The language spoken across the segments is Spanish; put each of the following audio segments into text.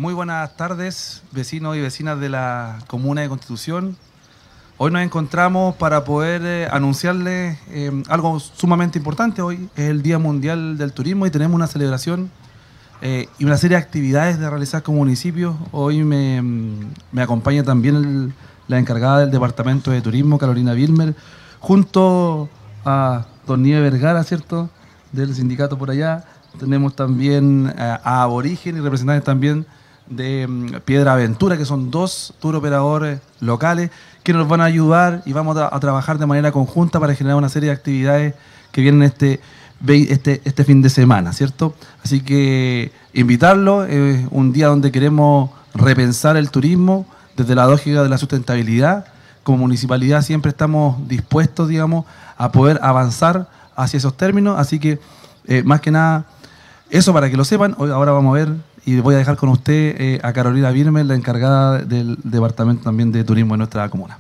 Muy buenas tardes, vecinos y vecinas de la Comuna de Constitución. Hoy nos encontramos para poder anunciarles algo sumamente importante. Hoy es el Día Mundial del Turismo y tenemos una celebración y una serie de actividades de realizar como municipio. Hoy me acompaña también la encargada del Departamento de Turismo, Carolina Wilmer, junto a don Nieve Vergara, ¿cierto?, del sindicato por allá. Tenemos también a Aborigen y representantes también de Piedra Aventura, que son dos tour operadores locales que nos van a ayudar y vamos a trabajar de manera conjunta para generar una serie de actividades que vienen este fin de semana, ¿cierto? Así que invitarlo, es un día donde queremos repensar el turismo desde la lógica de la sustentabilidad. Como municipalidad siempre estamos dispuestos, digamos, a poder avanzar hacia esos términos, así que más que nada, eso para que lo sepan. Ahora vamos a ver y voy a dejar con usted a Carolina Wilmer, la encargada del Departamento también de Turismo de nuestra comuna.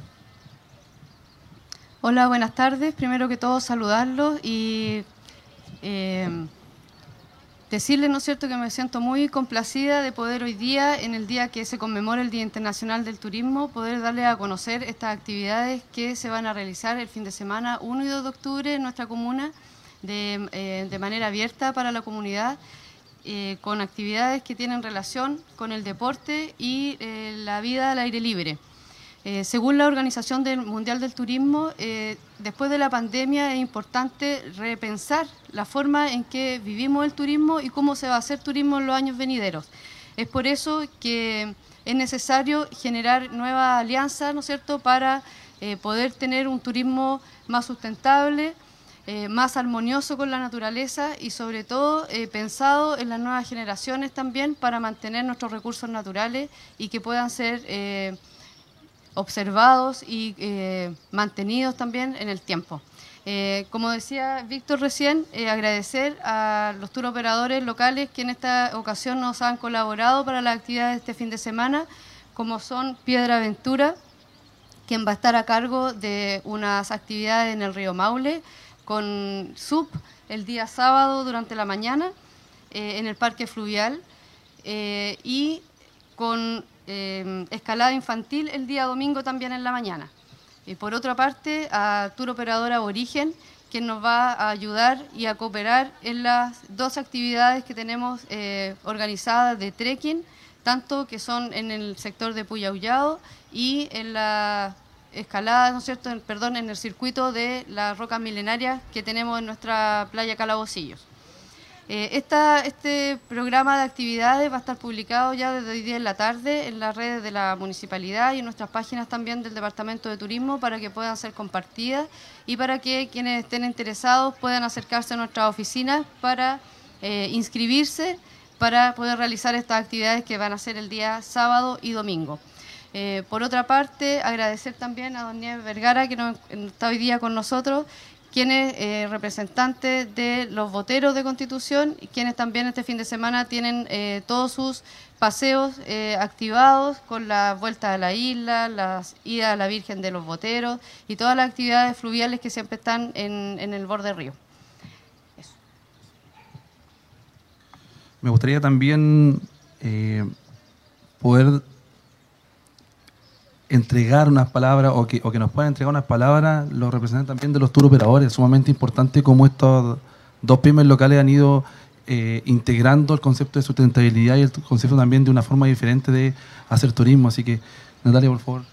Hola, buenas tardes. Primero que todo, saludarlos y decirles, ¿no es cierto?, que me siento muy complacida de poder hoy día, en el día que se conmemora el Día Internacional del Turismo, poder darle a conocer estas actividades que se van a realizar el fin de semana 1 y 2 de octubre en nuestra comuna, de manera abierta para la comunidad, con actividades que tienen relación con el deporte y la vida al aire libre. Según la Organización Mundial del Turismo, después de la pandemia es importante repensar la forma en que vivimos el turismo y cómo se va a hacer turismo en los años venideros. Es por eso que es necesario generar nuevas alianzas, ¿no es cierto?, para poder tener un turismo más sustentable, más armonioso con la naturaleza y sobre todo pensado en las nuevas generaciones también para mantener nuestros recursos naturales y que puedan ser observados y mantenidos también en el tiempo. Como decía Víctor recién, agradecer a los tour operadores locales que en esta ocasión nos han colaborado para las actividades de este fin de semana, como son Piedra Aventura, quien va a estar a cargo de unas actividades en el río Maule, con SUP el día sábado durante la mañana en el parque fluvial y con escalada infantil el día domingo también en la mañana. Y por otra parte, a Tour Operador Aborigen, quien nos va a ayudar y a cooperar en las dos actividades que tenemos organizadas de trekking, tanto que son en el sector de Puyaullado y en la escalada, ¿no es cierto?, en el circuito de las rocas milenarias que tenemos en nuestra playa Calabocillos. Este programa de actividades va a estar publicado ya desde hoy día en la tarde en las redes de la municipalidad y en nuestras páginas también del Departamento de Turismo para que puedan ser compartidas y para que quienes estén interesados puedan acercarse a nuestras oficinas para inscribirse para poder realizar estas actividades que van a ser el día sábado y domingo. Por otra parte, agradecer también a don Nieve Vergara, que está hoy día con nosotros, quien es representante de los boteros de Constitución, y quienes también este fin de semana tienen todos sus paseos activados con la vuelta a la isla, las idas a la Virgen de los Boteros y todas las actividades fluviales que siempre están en el borde río. Eso. Me gustaría también poder entregar unas palabras o que nos puedan entregar unas palabras los representantes también de los tour operadores. Es sumamente importante cómo estos dos pymes locales han ido integrando el concepto de sustentabilidad y el concepto también de una forma diferente de hacer turismo. Así que, Natalia, por favor.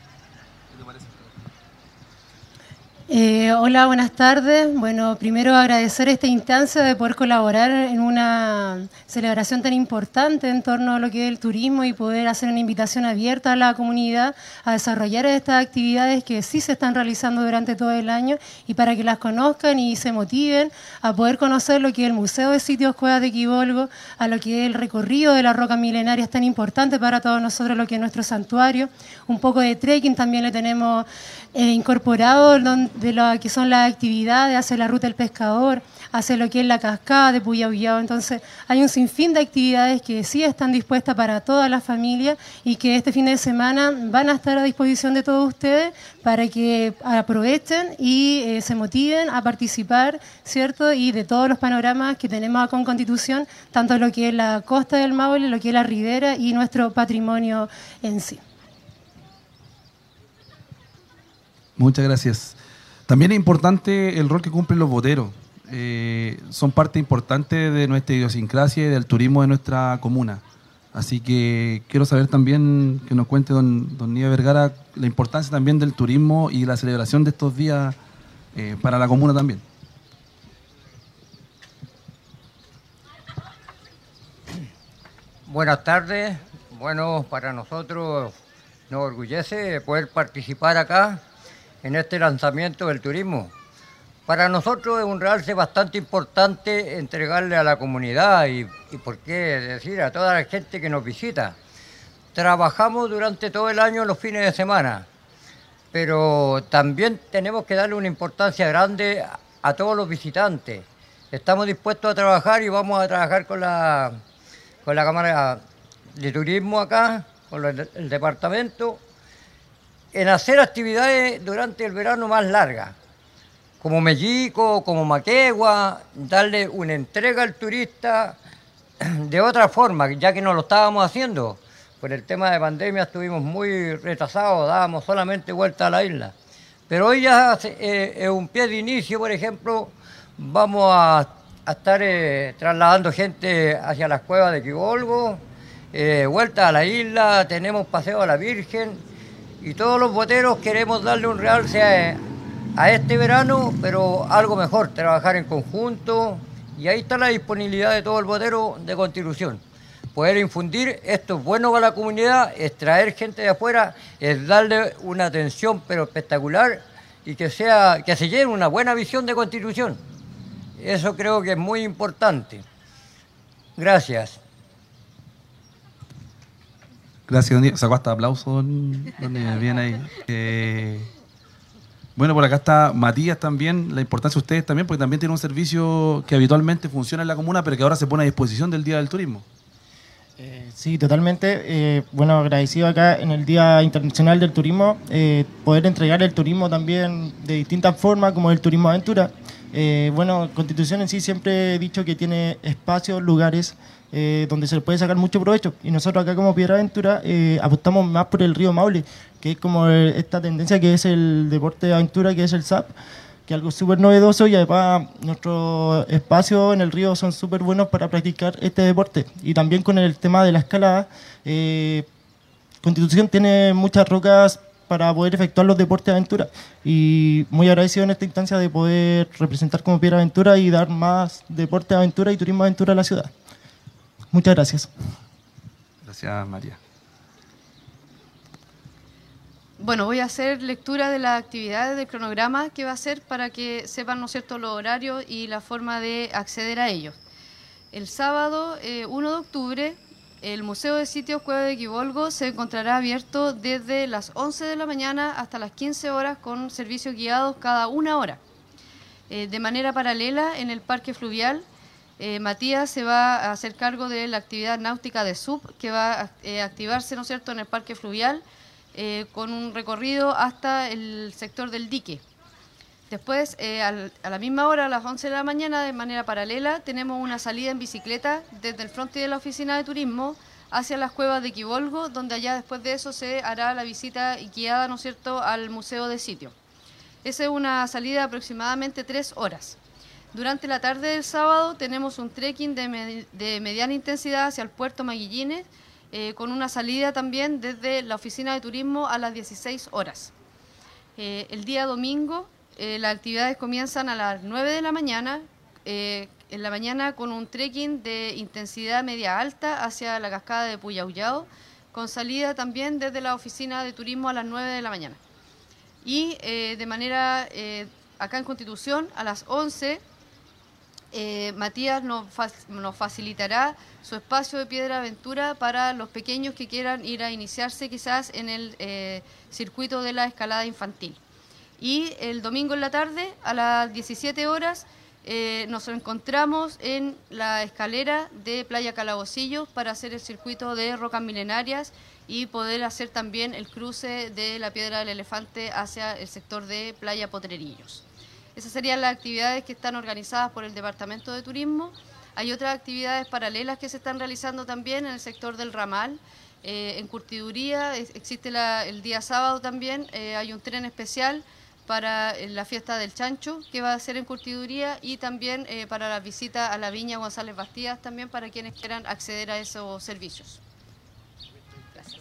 Hola, buenas tardes. Bueno, primero agradecer esta instancia de poder colaborar en una celebración tan importante en torno a lo que es el turismo y poder hacer una invitación abierta a la comunidad a desarrollar estas actividades que sí se están realizando durante todo el año y para que las conozcan y se motiven a poder conocer lo que es el Museo de Sitios Cuevas de Quibolgo, a lo que es el recorrido de las rocas milenarias tan importante para todos nosotros, lo que es nuestro santuario. Un poco de trekking también le tenemos incorporado, de lo que son las actividades, hace la ruta del pescador, hace lo que es la cascada de Puyahuyao. Entonces hay un sinfín de actividades que sí están dispuestas para toda la familia y que este fin de semana van a estar a disposición de todos ustedes para que aprovechen y se motiven a participar, ¿cierto? Y de todos los panoramas que tenemos acá en Constitución, tanto lo que es la costa del Maule, lo que es la ribera y nuestro patrimonio en sí. Muchas gracias. También es importante el rol que cumplen los boteros. Son parte importante de nuestra idiosincrasia y del turismo de nuestra comuna. Así que quiero saber también que nos cuente don Nieves Vergara la importancia también del turismo y la celebración de estos días para la comuna también. Buenas tardes. Bueno, para nosotros nos orgullece poder participar acá en este lanzamiento del turismo. Para nosotros es un realce bastante importante entregarle a la comunidad y por qué decir a toda la gente que nos visita. Trabajamos durante todo el año los fines de semana, pero también tenemos que darle una importancia grande a todos los visitantes. Estamos dispuestos a trabajar y vamos a trabajar con la Cámara de Turismo acá, con el departamento, en hacer actividades durante el verano más largas, como Mellico, como Maquegua, darle una entrega al turista de otra forma, ya que no lo estábamos haciendo. Por el tema de pandemia estuvimos muy retrasados, dábamos solamente vuelta a la isla. Pero hoy ya es un pie de inicio, por ejemplo, vamos a estar trasladando gente hacia las cuevas de Quibolgo, vuelta a la isla, tenemos paseo a la Virgen, y todos los boteros queremos darle un realce a este verano, pero algo mejor, trabajar en conjunto, y ahí está la disponibilidad de todo el botero de Constitución. Poder infundir esto es bueno para la comunidad, es traer gente de afuera, es darle una atención pero espectacular y que se lleve una buena visión de Constitución. Eso creo que es muy importante. Gracias. Gracias, don Nieves. Sacó hasta aplauso, don Nieves. Bien ahí. Bueno, por acá está Matías también, la importancia de ustedes también, porque también tiene un servicio que habitualmente funciona en la comuna, pero que ahora se pone a disposición del Día del Turismo. Sí, totalmente. Bueno, agradecido acá en el Día Internacional del Turismo, poder entregar el turismo también de distintas formas, como el turismo aventura. Bueno, Constitución en sí siempre he dicho que tiene espacios, lugares donde se le puede sacar mucho provecho, y nosotros acá como Piedra Aventura apostamos más por el río Maule, que es como esta tendencia que es el deporte de aventura, que es el SAP, que es algo súper novedoso, y además nuestros espacios en el río son súper buenos para practicar este deporte. Y también con el tema de la escalada, Constitución tiene muchas rocas para poder efectuar los deportes de aventura, y muy agradecido en esta instancia de poder representar como Piedra Aventura y dar más deporte de aventura y turismo de aventura a la ciudad. Muchas gracias. Gracias, María. Bueno, voy a hacer lectura de las actividades del cronograma que va a ser para que sepan, ¿no es cierto?, los horarios y la forma de acceder a ellos. El sábado 1 de octubre, el Museo de Sitios Cueva de Quibolgo se encontrará abierto desde las 11 de la mañana hasta las 15 horas con servicios guiados cada una hora. De manera paralela, en el Parque Fluvial, Matías se va a hacer cargo de la actividad náutica de SUB, que va a activarse, ¿no es cierto?, en el Parque Fluvial, con un recorrido hasta el sector del dique. Después, a la misma hora, a las 11 de la mañana, de manera paralela, tenemos una salida en bicicleta desde el frente de la oficina de turismo hacia las cuevas de Quibolgo, donde allá después de eso se hará la visita guiada, ¿no es cierto?, al Museo de Sitio. Esa es una salida de aproximadamente 3 horas. Durante la tarde del sábado tenemos un trekking de mediana intensidad hacia el puerto Maguillines, con una salida también desde la oficina de turismo a las 16 horas. El día domingo las actividades comienzan a las 9 de la mañana, en la mañana con un trekking de intensidad media alta hacia la cascada de Puyahuyao, con salida también desde la oficina de turismo a las 9 de la mañana. Y de manera, acá en Constitución, a las 11, Matías nos facilitará su espacio de Piedra Aventura para los pequeños que quieran ir a iniciarse quizás en el circuito de la escalada infantil. Y el domingo en la tarde, a las 17 horas, nos encontramos en la escalera de Playa Calabocillos para hacer el circuito de rocas milenarias y poder hacer también el cruce de la Piedra del Elefante hacia el sector de Playa Potrerillos. Esas serían las actividades que están organizadas por el Departamento de Turismo. Hay otras actividades paralelas que se están realizando también en el sector del Ramal. En Curtiduría existe el día sábado también, hay un tren especial para la fiesta del chancho que va a ser en Curtiduría y también para la visita a la Viña González Bastías también para quienes quieran acceder a esos servicios. Gracias.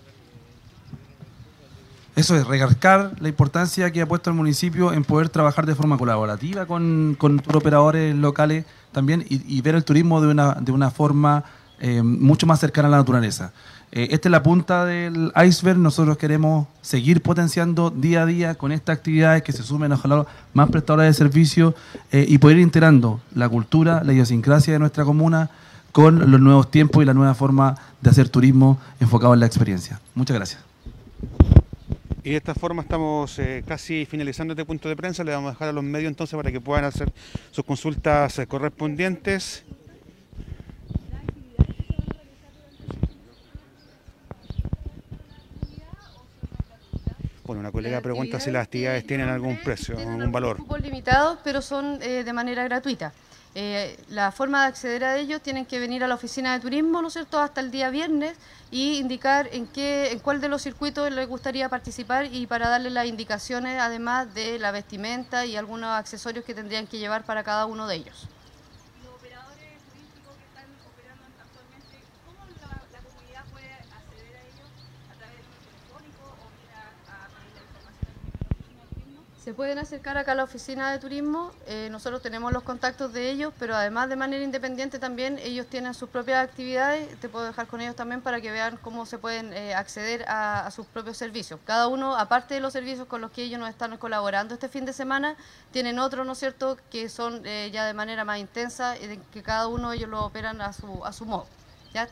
Eso es, recalcar la importancia que ha puesto el municipio en poder trabajar de forma colaborativa con operadores locales también y ver el turismo de una forma mucho más cercana a la naturaleza. Esta es la punta del iceberg. Nosotros queremos seguir potenciando día a día con estas actividades, que se sumen ojalá más prestadores de servicios y poder ir integrando la cultura, la idiosincrasia de nuestra comuna con los nuevos tiempos y la nueva forma de hacer turismo enfocado en la experiencia. Muchas gracias. Y de esta forma estamos casi finalizando este punto de prensa. Le vamos a dejar a los medios entonces para que puedan hacer sus consultas correspondientes. Bueno, una colega pregunta si las actividades tienen algún precio, algún valor. Cupos limitados, pero son de manera gratuita. La forma de acceder a ellos tienen que venir a la oficina de turismo, ¿no es cierto?, hasta el día viernes y indicar en cuál de los circuitos les gustaría participar y para darle las indicaciones, además de la vestimenta y algunos accesorios que tendrían que llevar para cada uno de ellos. Los operadores turísticos que están operando actualmente, ¿cómo la comunidad puede acceder a ellos? ¿A través de un telefónico o ir a pedir la información a la oficina de turismo? Se pueden acercar acá a la oficina de turismo, nosotros tenemos los contactos de ellos, pero además de manera independiente también ellos tienen sus propias actividades, te puedo dejar con ellos también para que vean cómo se pueden acceder a sus propios servicios. Cada uno, aparte de los servicios con los que ellos nos están colaborando este fin de semana, tienen otros, ¿no es cierto?, que son ya de manera más intensa, que cada uno de ellos lo operan a su modo. ¿Ya?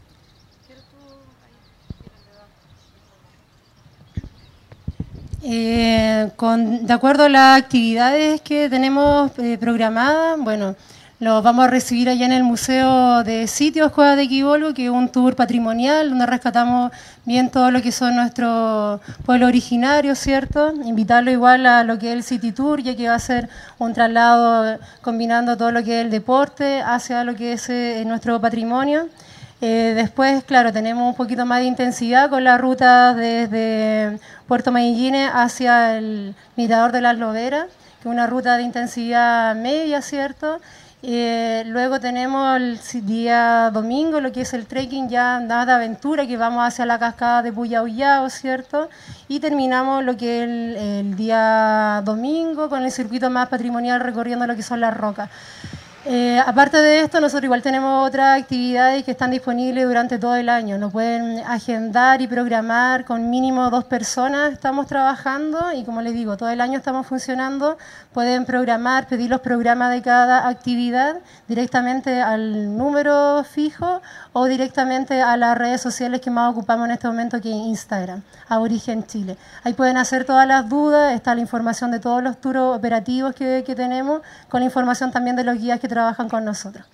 De acuerdo a las actividades que tenemos programadas, bueno, los vamos a recibir allá en el Museo de Sitios Cueva de Quibolgo, que es un tour patrimonial donde rescatamos bien todo lo que son nuestros pueblos originarios, ¿cierto? Invitarlo igual a lo que es el City Tour, ya que va a ser un traslado combinando todo lo que es el deporte hacia lo que es nuestro patrimonio. Después, claro, tenemos un poquito más de intensidad con la ruta desde Puerto Mayillines hacia el Mirador de las Loberas, que es una ruta de intensidad media, ¿cierto? Luego tenemos el día domingo, lo que es el trekking ya más de aventura, que vamos hacia la cascada de Puyahuyao, ¿cierto? Y terminamos lo que es el día domingo con el circuito más patrimonial recorriendo lo que son las rocas. Aparte de esto, nosotros igual tenemos otras actividades que están disponibles durante todo el año. Nos pueden agendar y programar con mínimo 2 personas. Estamos trabajando y, como les digo, todo el año estamos funcionando. Pueden programar, pedir los programas de cada actividad directamente al número fijo o directamente a las redes sociales que más ocupamos en este momento, que es Instagram, Aborigen Chile. Ahí pueden hacer todas las dudas, está la información de todos los tours operativos que tenemos, con la información también de los guías que trabajan con nosotros.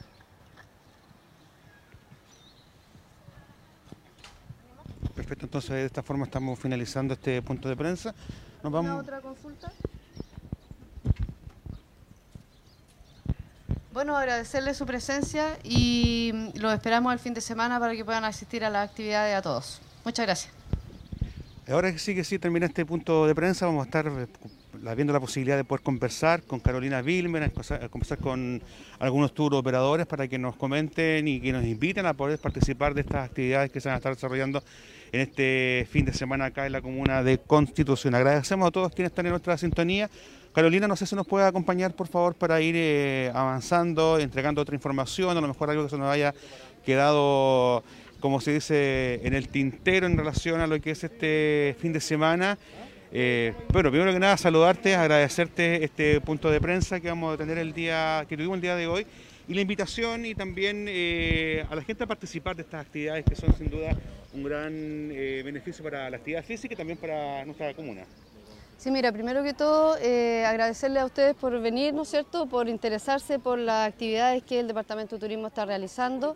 Perfecto, entonces de esta forma estamos finalizando este punto de prensa. Nos vamos. ¿Alguna otra consulta? Bueno, agradecerles su presencia y los esperamos el fin de semana para que puedan asistir a las actividades a todos. Muchas gracias. Ahora que sí termina este punto de prensa, vamos a estar viendo la posibilidad de poder conversar con Carolina Wilmer, conversar con algunos tour operadores para que nos comenten y que nos inviten a poder participar de estas actividades que se van a estar desarrollando en este fin de semana acá en la comuna de Constitución. Agradecemos a todos quienes están en nuestra sintonía. Carolina, no sé si nos puede acompañar, por favor, para ir avanzando, entregando otra información, a lo mejor algo que se nos haya quedado, como se dice, en el tintero en relación a lo que es este fin de semana. Bueno, primero que nada, saludarte, agradecerte este punto de prensa que vamos a tener que tuvimos el día de hoy, y la invitación y también a la gente a participar de estas actividades que son sin duda un gran beneficio para la actividad física y también para nuestra comuna. Sí, mira, primero que todo, agradecerle a ustedes por venir, ¿no es cierto?, por interesarse por las actividades que el Departamento de Turismo está realizando.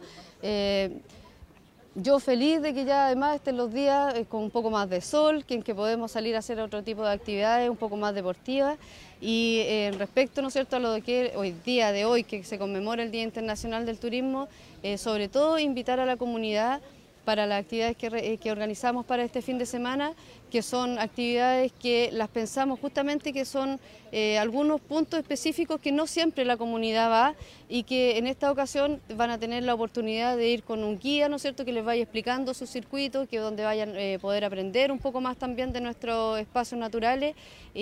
Yo feliz de que ya además estén los días con un poco más de sol, que en que podemos salir a hacer otro tipo de actividades un poco más deportivas. Y respecto, ¿no es cierto?, a lo de que hoy día de hoy, que se conmemora el Día Internacional del Turismo, sobre todo invitar a la comunidad para las actividades que organizamos para este fin de semana, que son actividades que las pensamos justamente que son algunos puntos específicos que no siempre la comunidad va y que en esta ocasión van a tener la oportunidad de ir con un guía, ¿no es cierto?, que les vaya explicando sus circuitos, que donde vayan a poder aprender un poco más también de nuestros espacios naturales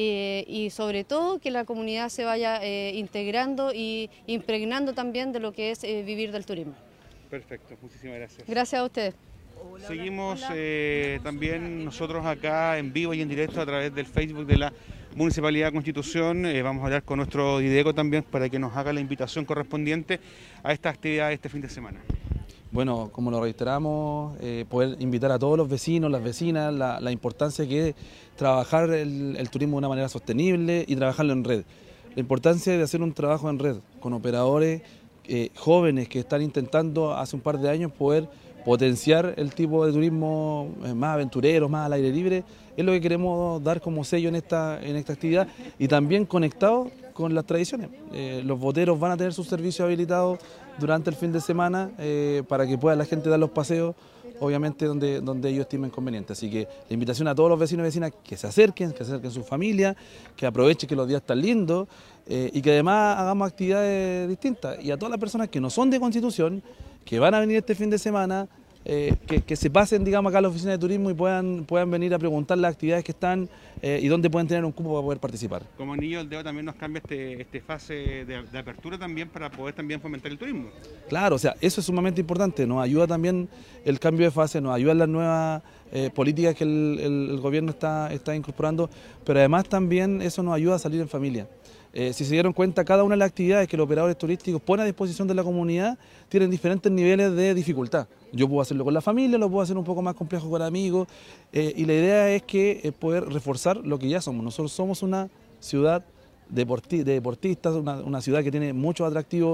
y sobre todo que la comunidad se vaya integrando y impregnando también de lo que es vivir del turismo. Perfecto, muchísimas gracias. Gracias a ustedes. Seguimos también nosotros acá en vivo y en directo a través del Facebook de la Municipalidad de Constitución. Vamos a hablar con nuestro Dideco también para que nos haga la invitación correspondiente a esta actividad este fin de semana. Bueno, como lo reiteramos, poder invitar a todos los vecinos, las vecinas, la importancia que es trabajar el turismo de una manera sostenible y trabajarlo en red. La importancia de hacer un trabajo en red con operadores jóvenes que están intentando hace un par de años poder potenciar el tipo de turismo más aventurero, más al aire libre, es lo que queremos dar como sello en esta actividad y también conectado con las tradiciones. Los boteros van a tener sus servicios habilitados durante el fin de semana para que pueda la gente dar los paseos, obviamente donde ellos estimen conveniente. Así que la invitación a todos los vecinos y vecinas que se acerquen su familia, que aprovechen que los días están lindos y que además hagamos actividades distintas. Y a todas las personas que no son de Constitución, que van a venir este fin de semana, que se pasen, digamos, acá a la oficina de turismo y puedan venir a preguntar las actividades que están y dónde pueden tener un cupo para poder participar. Como anillo al dedo también nos cambia este fase de apertura también para poder también fomentar el turismo. Claro, o sea, eso es sumamente importante, nos ayuda también el cambio de fase, nos ayudan las nuevas políticas que el gobierno está incorporando, pero además también eso nos ayuda a salir en familia. Si se dieron cuenta, cada una de las actividades que los operadores turísticos ponen a disposición de la comunidad tienen diferentes niveles de dificultad. Yo puedo hacerlo con la familia, lo puedo hacer un poco más complejo con amigos, y la idea es que poder reforzar lo que ya somos. Nosotros somos una ciudad de deportistas, una ciudad que tiene muchos atractivos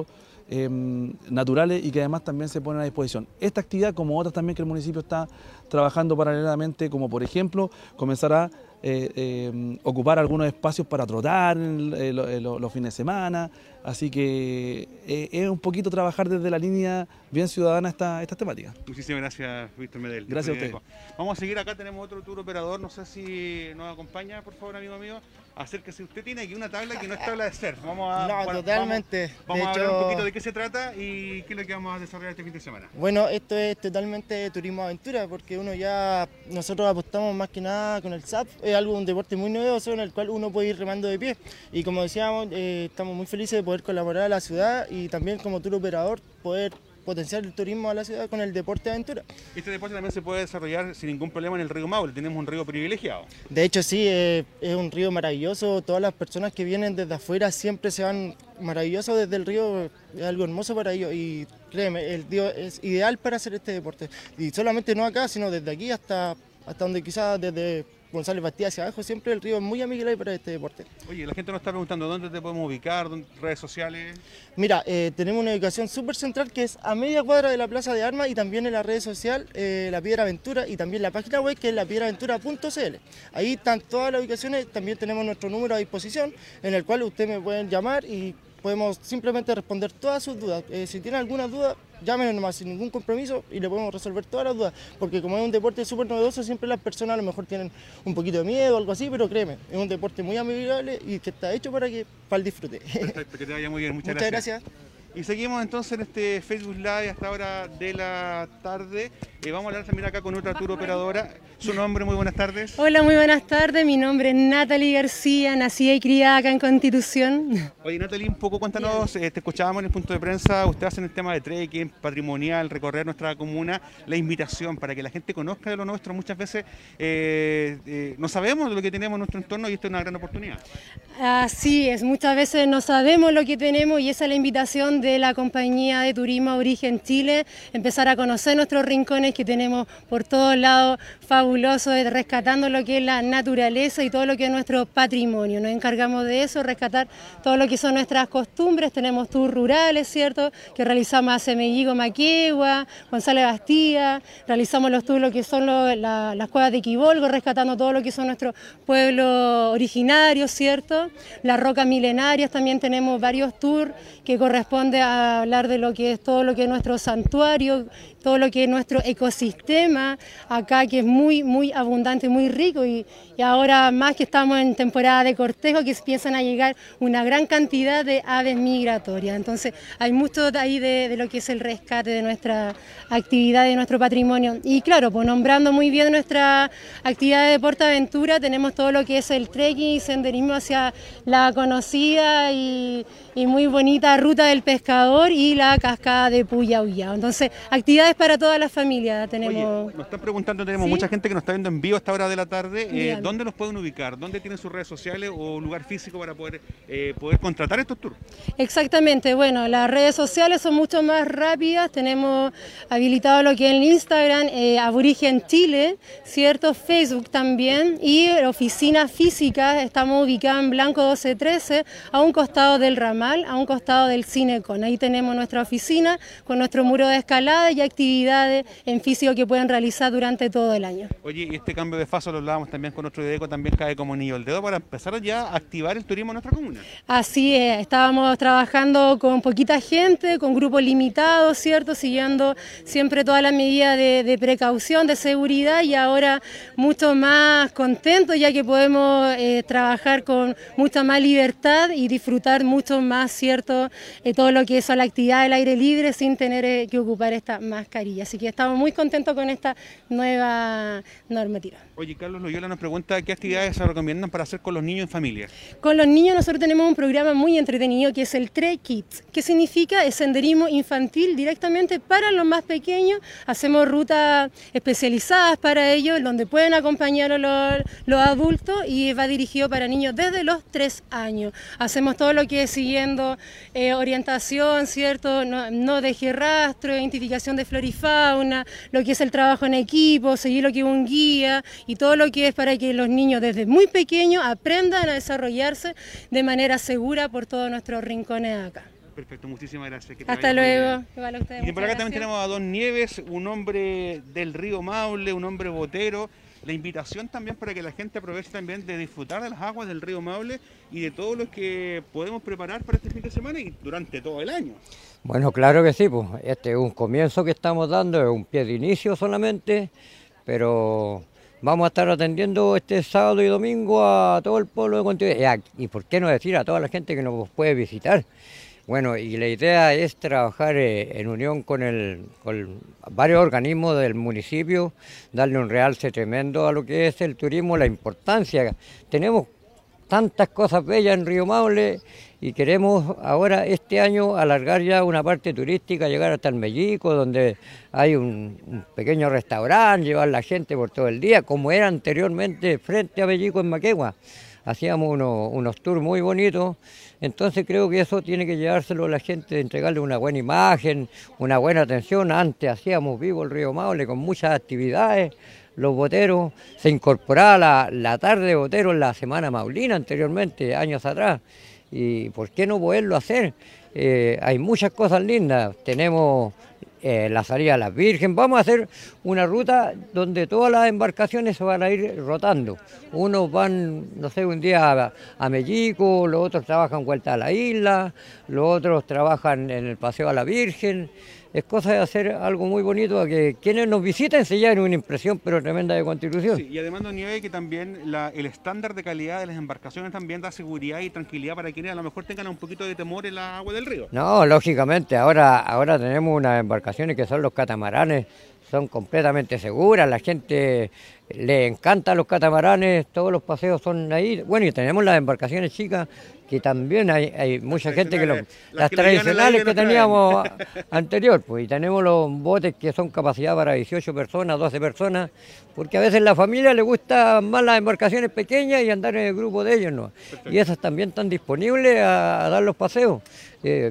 naturales y que además también se ponen a disposición. Esta actividad, como otras también que el municipio está trabajando paralelamente, como por ejemplo comenzar a ocupar algunos espacios para trotar los fines de semana, así que es un poquito trabajar desde la línea bien ciudadana estas temáticas. Muchísimas gracias, Víctor Medel. Gracias a usted. Vamos a seguir acá, tenemos otro tour operador, no sé si nos acompaña, por favor, amigo mío. Acérquese, usted tiene aquí una tabla que no es tabla de surf. Totalmente. Vamos a hablar un poquito de qué se trata y qué es lo que vamos a desarrollar este fin de semana. Bueno, esto es totalmente turismo aventura, porque nosotros apostamos más que nada con el SAP, es un deporte muy novedoso en el cual uno puede ir remando de pie. Y como decíamos, estamos muy felices de poder colaborar a la ciudad y también como tour operador poder potenciar el turismo a la ciudad con el deporte de aventura. Este deporte también se puede desarrollar sin ningún problema en el río Maule, tenemos un río privilegiado. De hecho sí, es un río maravilloso, todas las personas que vienen desde afuera siempre se van maravillosos desde el río, es algo hermoso para ellos y créeme, el río es ideal para hacer este deporte. Y solamente no acá, sino desde aquí hasta donde quizás desde González Bastida hacia abajo, siempre el río es muy amigable para este deporte. Oye, la gente nos está preguntando dónde te podemos ubicar, redes sociales. Mira, tenemos una ubicación súper central que es a media cuadra de la Plaza de Armas y también en la red social La Piedra Aventura y también la página web que es lapiedraaventura.cl. Ahí están todas las ubicaciones, también tenemos nuestro número a disposición en el cual ustedes me pueden llamar y podemos simplemente responder todas sus dudas. Si tienen alguna duda, llámenos nomás sin ningún compromiso y le podemos resolver todas las dudas, porque como es un deporte súper novedoso, siempre las personas a lo mejor tienen un poquito de miedo o algo así, pero créeme, es un deporte muy amigable y que está hecho para el disfrute. Perfecto, que te vaya muy bien, muchas gracias. Y seguimos entonces en este Facebook Live hasta hora de la tarde. Vamos a hablar también acá con otra tour operadora. Su nombre, muy buenas tardes. Hola, muy buenas tardes. Mi nombre es Natalie García, nacida y criada acá en Constitución. Oye, Natalie, un poco cuéntanos, te escuchábamos en el punto de prensa, ustedes hacen el tema de trekking, patrimonial, recorrer nuestra comuna, la invitación para que la gente conozca de lo nuestro. Muchas veces no sabemos de lo que tenemos en nuestro entorno y esta es una gran oportunidad. Así es, muchas veces no sabemos lo que tenemos y esa es la invitación de la compañía de turismo Origen Chile, empezar a conocer nuestros rincones que tenemos por todos lados, fabuloso, rescatando lo que es la naturaleza y todo lo que es nuestro patrimonio. Nos encargamos de eso, rescatar todo lo que son nuestras costumbres. Tenemos tours rurales, ¿cierto?, que realizamos a Semelligo, Maquegua, González Bastía, realizamos los tours, lo que son las cuevas de Quibolgo, rescatando todo lo que son nuestros pueblos originarios, ¿cierto? Las rocas milenarias, también tenemos varios tours que corresponde a hablar de lo que es todo lo que es nuestro santuario, todo lo que es nuestro ecosistema acá, que es muy, muy abundante, muy rico, y ahora más que estamos en temporada de cortejo, que empiezan a llegar una gran cantidad de aves migratorias. Entonces hay mucho ahí de lo que es el rescate de nuestra actividad, de nuestro patrimonio. Y claro, pues nombrando muy bien nuestra actividad de PortAventura, tenemos todo lo que es el trekking y senderismo hacia la conocida y muy bonita Ruta del Pescador y la cascada de Puyahuyao. Entonces, actividades para toda la familia tenemos. Oye, nos están preguntando, tenemos ¿Sí? mucha gente que nos está viendo en vivo a esta hora de la tarde. Dígame. ¿Dónde los pueden ubicar? ¿Dónde tienen sus redes sociales o lugar físico para poder contratar estos tours? Exactamente, bueno, las redes sociales son mucho más rápidas, tenemos habilitado lo que es el Instagram, Aborigen Chile, ¿cierto? Facebook también, y oficina física, estamos ubicados en Blanco 1213, a un costado del ramal, a un costado del Cinecon. Ahí tenemos nuestra oficina con nuestro muro de escalada y actividades en físico que pueden realizar durante todo el año. Oye, y este cambio de fase lo hablábamos también con nuestro IDECO, también cae como anillo al dedo para empezar ya a activar el turismo en nuestra comuna. Así es, estábamos trabajando con poquita gente, con grupos limitados, ¿cierto? Siguiendo siempre todas las medidas de precaución, de seguridad, y ahora mucho más contentos ya que podemos trabajar con mucha más libertad y disfrutar mucho más, ¿cierto? Todo lo que es la actividad del aire libre sin tener que ocupar esta mascarilla. Así que estamos muy contentos con esta nueva normativa. Oye, Carlos Loyola nos pregunta qué actividades se recomiendan para hacer con los niños en familia. Con los niños nosotros tenemos un programa muy entretenido que es el Trek Kids, que significa el senderismo infantil directamente para los más pequeños. Hacemos rutas especializadas para ellos, donde pueden acompañar a los adultos, y va dirigido para niños desde los 3 años. Hacemos todo lo que es siguiendo orientación, ¿cierto? No deje rastro, identificación de flora y fauna, lo que es el trabajo en equipo, seguir lo que es un guía, y todo lo que es para que los niños desde muy pequeños aprendan a desarrollarse de manera segura por todos nuestros rincones acá. Perfecto, muchísimas gracias. Que te Hasta vaya muy luego. bien. Igual a ustedes, Y por acá muchas también gracias. tenemos a Don Nieves, un hombre del río Maule, un hombre botero. La invitación también para que la gente aproveche también de disfrutar de las aguas del río Maule y de todo lo que podemos preparar para este fin de semana y durante todo el año. Bueno, claro que sí, pues este es un comienzo que estamos dando, es un pie de inicio solamente, pero vamos a estar atendiendo este sábado y domingo a todo el pueblo de Constitución, y por qué no decir a toda la gente que nos puede visitar. Bueno, y la idea es trabajar en unión con varios organismos del municipio, darle un realce tremendo a lo que es el turismo, la importancia. Tenemos tantas cosas bellas en Río Maule y queremos ahora este año alargar ya una parte turística, llegar hasta el Mellico, donde hay un pequeño restaurante, llevar la gente por todo el día, como era anteriormente frente a Mellico en Maquegua. Hacíamos unos tours muy bonitos, entonces creo que eso tiene que llevárselo a la gente, entregarle una buena imagen, una buena atención. Antes hacíamos vivo el río Maule con muchas actividades, los boteros, se incorporaba la tarde de boteros en la Semana Maulina anteriormente, años atrás, y ¿por qué no poderlo hacer? Hay muchas cosas lindas, tenemos la salida a las Virgen, vamos a hacer una ruta donde todas las embarcaciones se van a ir rotando. Unos van, no sé, un día a Mellico, los otros trabajan vuelta a la isla, los otros trabajan en el paseo a la Virgen. Es cosa de hacer algo muy bonito, a que quienes nos visiten se lleven una impresión pero tremenda de Constitución. Sí, y además, don Nieves, que también el estándar de calidad de las embarcaciones también da seguridad y tranquilidad para quienes a lo mejor tengan un poquito de temor en la agua del río. No, lógicamente, ahora tenemos unas embarcaciones que son los catamaranes, son completamente seguras, la gente le encantan los catamaranes, todos los paseos son ahí. Bueno, y tenemos las embarcaciones chicas, que también hay mucha gente que las tradicionales que teníamos anterior, pues, y tenemos los botes que son capacidad para 18 personas, 12 personas, porque a veces la familia le gusta más las embarcaciones pequeñas y andar en el grupo de ellos, ¿no? Y esas también están disponibles a dar los paseos.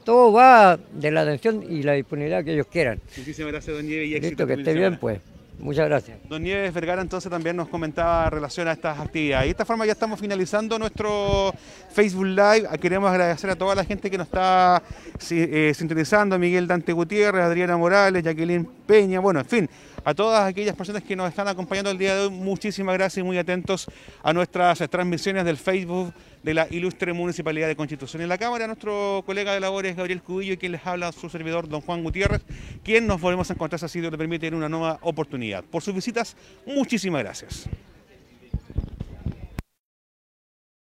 todo va de la atención y la disponibilidad que ellos quieran. Muchísimas gracias, don Nieves. Y éxito Listo, que en tu esté bien, semana. pues. Muchas gracias. Don Nieves Vergara entonces también nos comentaba en relación a estas actividades. Y de esta forma ya estamos finalizando nuestro Facebook Live. Queremos agradecer a toda la gente que nos está sintonizando, a Miguel Dante Gutiérrez, Adriana Morales, Jacqueline Peña, bueno, en fin, a todas aquellas personas que nos están acompañando el día de hoy. Muchísimas gracias y muy atentos a nuestras transmisiones del Facebook de la ilustre Municipalidad de Constitución. En la cámara, nuestro colega de labores, Gabriel Cubillo, y quien les habla, su servidor, don Juan Gutiérrez, quien nos volvemos a encontrar, si así Dios lo permite, en una nueva oportunidad. Por sus visitas, muchísimas gracias.